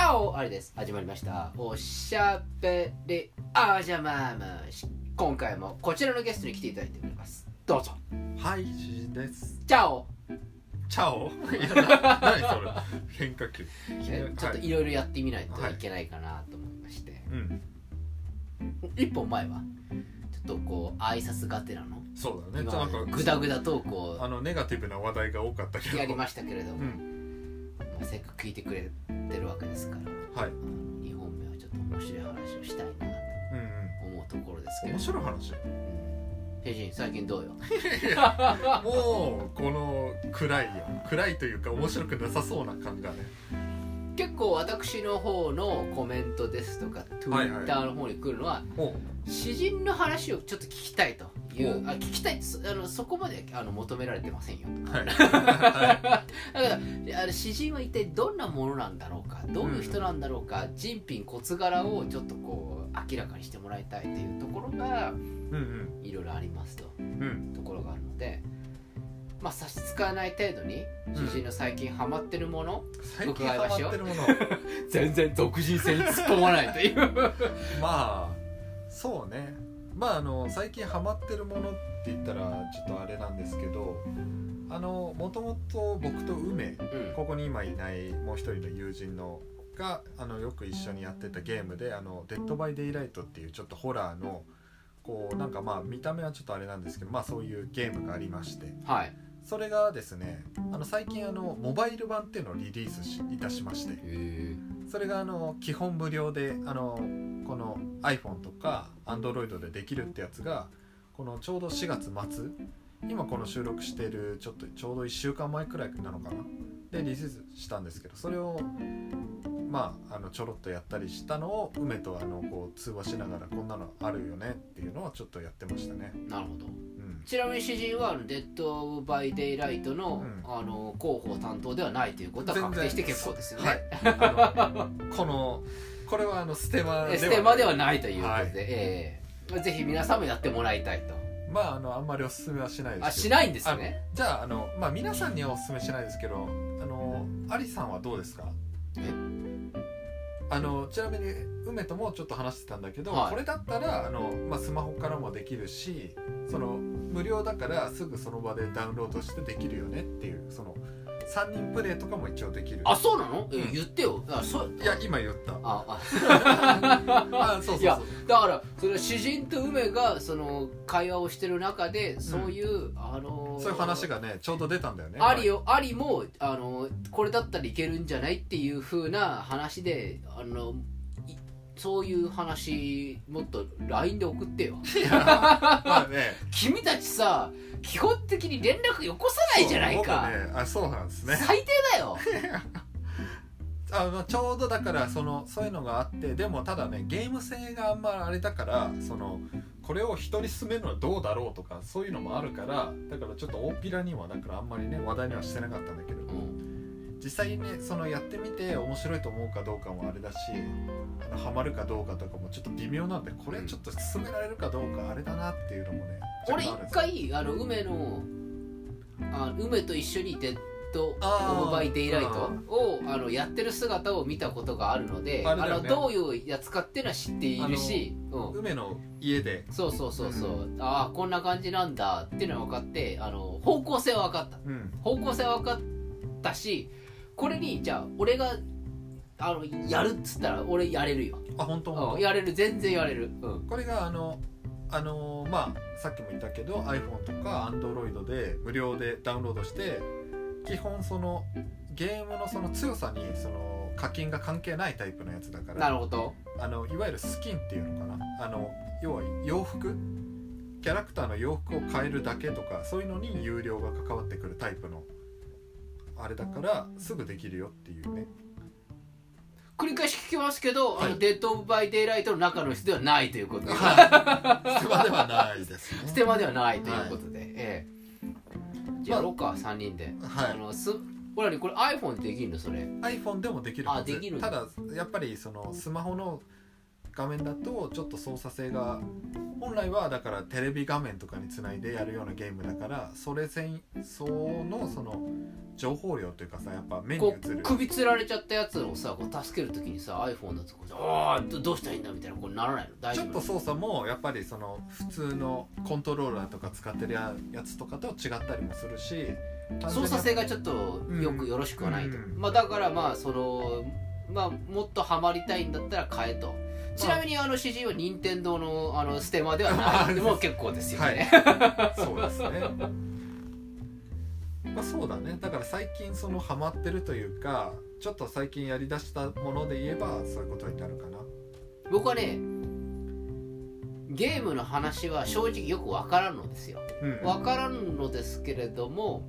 チャオあれです。始まりましたおしゃべりあじゃまむし。今回もこちらのゲストに来ていただいております。どうぞ。 はい、しです。 チャオ。 チャオいや何それ変化球。 ちょっといろいろやってみないといけないかなと思いまして、一本前はちょっとこう挨拶がてらのそうだね、なんかグダグダトークをネガティブな話題が多かったけどやりましたけれども、まあ、せっかく聞いてくれてるわけですから、はい、2本目はちょっと面白い話をしたいなと思うところですけど、 面白い話、 ヘジン最近どうよもうこの暗いというか面白くなさそうな感がね、 結構私の方のコメントですとか Twitter の方に来るのは、詩人の話をちょっと聞きたいという、聞きたいそこまで求められてませんよ、だから詩人は一体どんなものなんだろうか、どういう人なんだろうか、人品骨柄をちょっとこう明らかにしてもらいたいというところがいろいろありますと、ところがあるので、まあ差し支えない程度に詩人の最近ハマってるもの、伺いましょう。全然独自性に突っ込まないというまあそうね、まあ最近ハマってるものって言ったらちょっとあれなんですけど、もともと僕と梅、ここに今いないもう一人の友人のがよく一緒にやってたゲームでデッドバイデイライトっていうちょっとホラーのこうなんかまあ見た目はちょっとあれなんですけど、まあそういうゲームがありまして、はい、それがですね最近モバイル版っていうのをリリースいたしまして、それが基本無料でこの iPhone とか Android でできるってやつがこのちょうど4月末、今この収録しているちょうど1週間前くらいなのかなでリリースしたんですけど、それをまあちょろっとやったりしたのを梅とこう通話しながらこんなのあるよねっていうのをちょっとやってましたね。 なるほど、ちなみに詩人はデッドバイデイライトの、広報担当ではないということは確定して結構ですよね。 これはステマではないということで、ぜひ皆さんもやってもらいたいと。 まああんまりおすすめはしないですけど。 しないんですね。 じゃあまあ皆さんにはおすすめしないですけど、アリさんはどうですか？ちなみに梅ともちょっと話してたんだけど、これだったらまあ、スマホからもできるし、無料だからすぐその場でダウンロードしてできるよねっていう、3人プレイとかも一応できる。 あ、そうなの？言ってよ。 いや今言った。そう。 いやだからそれ詩人と梅が会話をしてる中でそういう、 そういう話がねちょうど出たんだよね。 ありもこれだったらいけるんじゃないっていう風な話でそういう話もっと LINE で送ってよ。まあね、君たちさ基本的に連絡よこさないじゃないか。 そうなんですね。 最低だよ。 ちょうどだからそういうのがあって、でもただねゲーム性があんまあれだからこれを人に勧めるのはどうだろうとかそういうのもあるから、だからちょっと大っぴらにはだからあんまりね話題にはしてなかったんだけど、実際にねやってみて面白いと思うかどうかもあれだし、ハマるかどうかとかもちょっと微妙なんで、これちょっと勧められるかどうかあれだなっていうのもね。 俺一回梅と一緒にデッドバイデイライトをやってる姿を見たことがあるので、どういうやつかっていうのは知っているし、 梅の家でそう、ああこんな感じなんだっていうのは分かって、方向性は分かった、方向性は分かったし、これにじゃあ俺がやるっつったら俺やれるよ。 あ、本当？ やれる、全然やれる。 これがまあさっきも言ったけど iPhone とか Android で無料でダウンロードして、基本ゲームの強さに課金が関係ないタイプのやつだから。 なるほど。 いわゆるスキンっていうのかな、要は洋服、キャラクターの洋服を変えるだけとかそういうのに有料が関わってくるタイプのあれだからすぐできるよっていうね。 繰り返し聞きますけど、デッドバイデイライトの中の人ではないということで、 ステマではないですね。 ステマではないということで、じゃあやろうか、3人で。これ iPhone でできるの？それ iPhone でもできるはず。 できる。 ただやっぱりスマホの画面だとちょっと操作性が本来はだからテレビ画面とかにつないでやるようなゲームだからその情報量というかさやっぱ目に映る首つられちゃったやつをさこう助けるときにさ iPhone だとどうしたらいいんだみたいなこうならないの大丈夫？ ちょっと操作もやっぱりその普通のコントローラーとか使ってるやつとかと違ったりもするし操作性がちょっとよろしくはないと、まあ、だからまあもっとハマりたいんだったら買えと。ちなみに詩人は任天堂のステマではないでも結構ですよね、 はい、そうですねまあそうだね。だから最近ハマってるというかちょっと最近やりだしたもので言えばそういうことになるかな。僕はねゲームの話は正直よく分からんのですよ、分からんのですけれども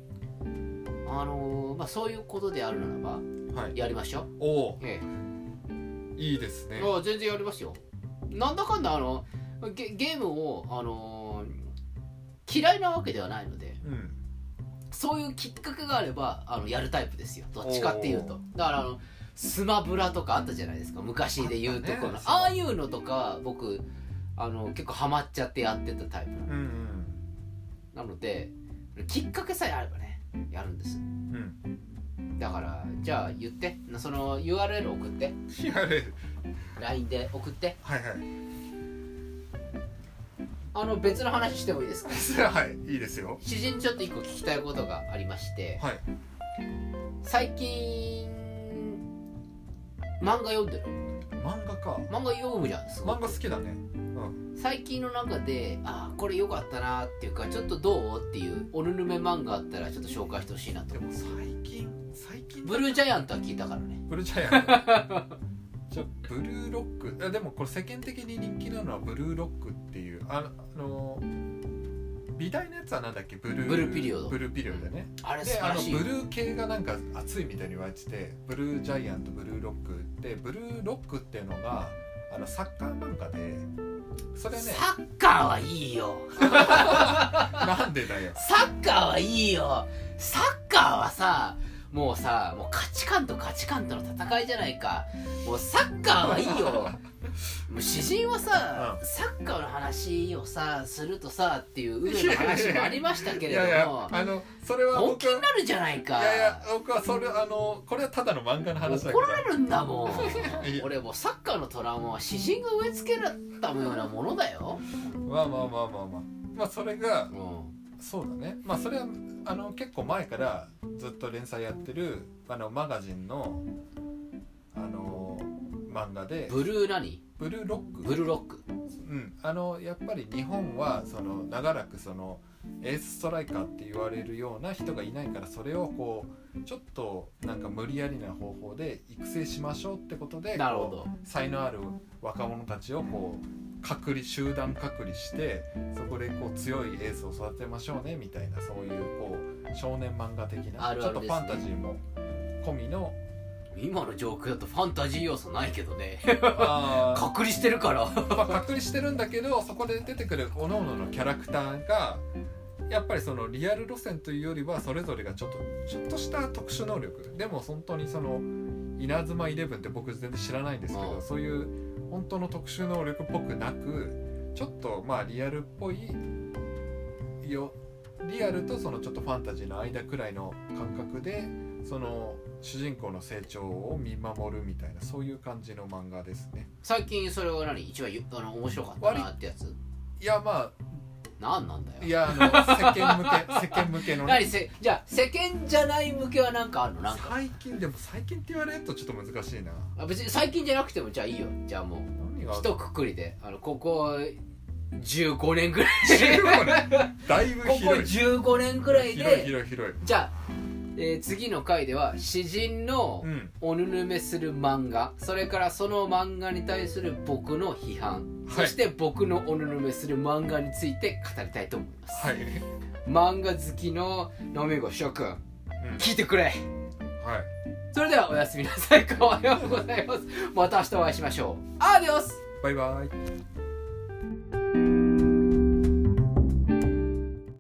まあ、そういうことであるならば、はい、やりましょう。 おお、いいですね。 全然やりますよ。なんだかんだゲームを、嫌いなわけではないので、そういうきっかけがあればやるタイプですよ。どっちかっていうとだからスマブラとかあったじゃないですか昔で言うとこのああいうのとか僕結構ハマっちゃってやってたタイプなのできっかけさえあればねやるんです、だからじゃあ言ってその URL 送って URL LINE で送って。 はいはい。 別の話してもいいですか？ はいいいですよ。 詩人ちょっと一個聞きたいことがありまして、 はい、 最近漫画読んでる？ 漫画か。 漫画読むじゃん。 漫画好きだね、 最近の中でこれ良かったなっていうかちょっとどうっていうおぬぬめ漫画あったらちょっと紹介してほしいなと。 でも最近ブルージャイアントは聞いたからね。 ブルージャイアントじゃブルーロックでもこれ世間的に人気なのはブルーロックっていう美大のやつはなんだっけブルーピリオドだね、 あれ素晴らしい。 でブルー系がなんか熱いみたいに言われててブルージャイアントブルーロックでブルーロックっていうのがサッカー漫画でそれねサッカーはいいよなんでだよ。 サッカーはいいよ。サッカーはさもう価値観との戦いじゃないか。もうサッカーはいいよもう詩人はさ、サッカーの話をさするとさっていう上の話もありましたけれども、いやそれは本気になるじゃないか。 いや僕はそれこれはただの漫画の話だから怒られるんだもん俺もうサッカーのトラウマは詩人が植え付けられたようなものだよまあそれが、そうだね。まあそれは結構前からずっと連載やってるマガジンの漫画でブルーロック、 やっぱり日本は長らくエースストライカーって言われるような人がいないからそれをこうちょっとなんか無理やりな方法で育成しましょうってことで才能ある若者たちをこう集団隔離してそこでこう強いエースを育てましょうねみたいなそういうこう少年漫画的なちょっとファンタジーも込みの。 今の状況だとファンタジー要素ないけどね隔離してるから隔離してるんだけどそこで出てくる各々のキャラクターがやっぱりリアル路線というよりはそれぞれがちょっとした特殊能力でも本当に稲妻イレブンって僕全然知らないんですけどそういう本当の特殊能力っぽくなくちょっとまあリアルっぽいリアルとちょっとファンタジーの間くらいの感覚で主人公の成長を見守るみたいなそういう感じの漫画ですね。 最近それは一番面白かったなってやつ？ いやまあなんだよ。 いや世間向けの、ね、 じゃあ世間じゃない向けはなんかあるの？なんか最近って言われるとちょっと難しいな。 別に最近じゃなくてもじゃあいいよ。じゃあもう一括りでここ15年ぐらいだいぶ広い。 ここ15年ぐらいで広いじゃあ次の回では詩人のおぬぬめする漫画、それからその漫画に対する僕の批判、そして僕のおぬぬめする漫画について語りたいと思います、漫画好きの飲み子諸君、聞いてくれ。それではおやすみなさい。おはようございます。また明日お会いしましょう。アディオス。 バイバイ。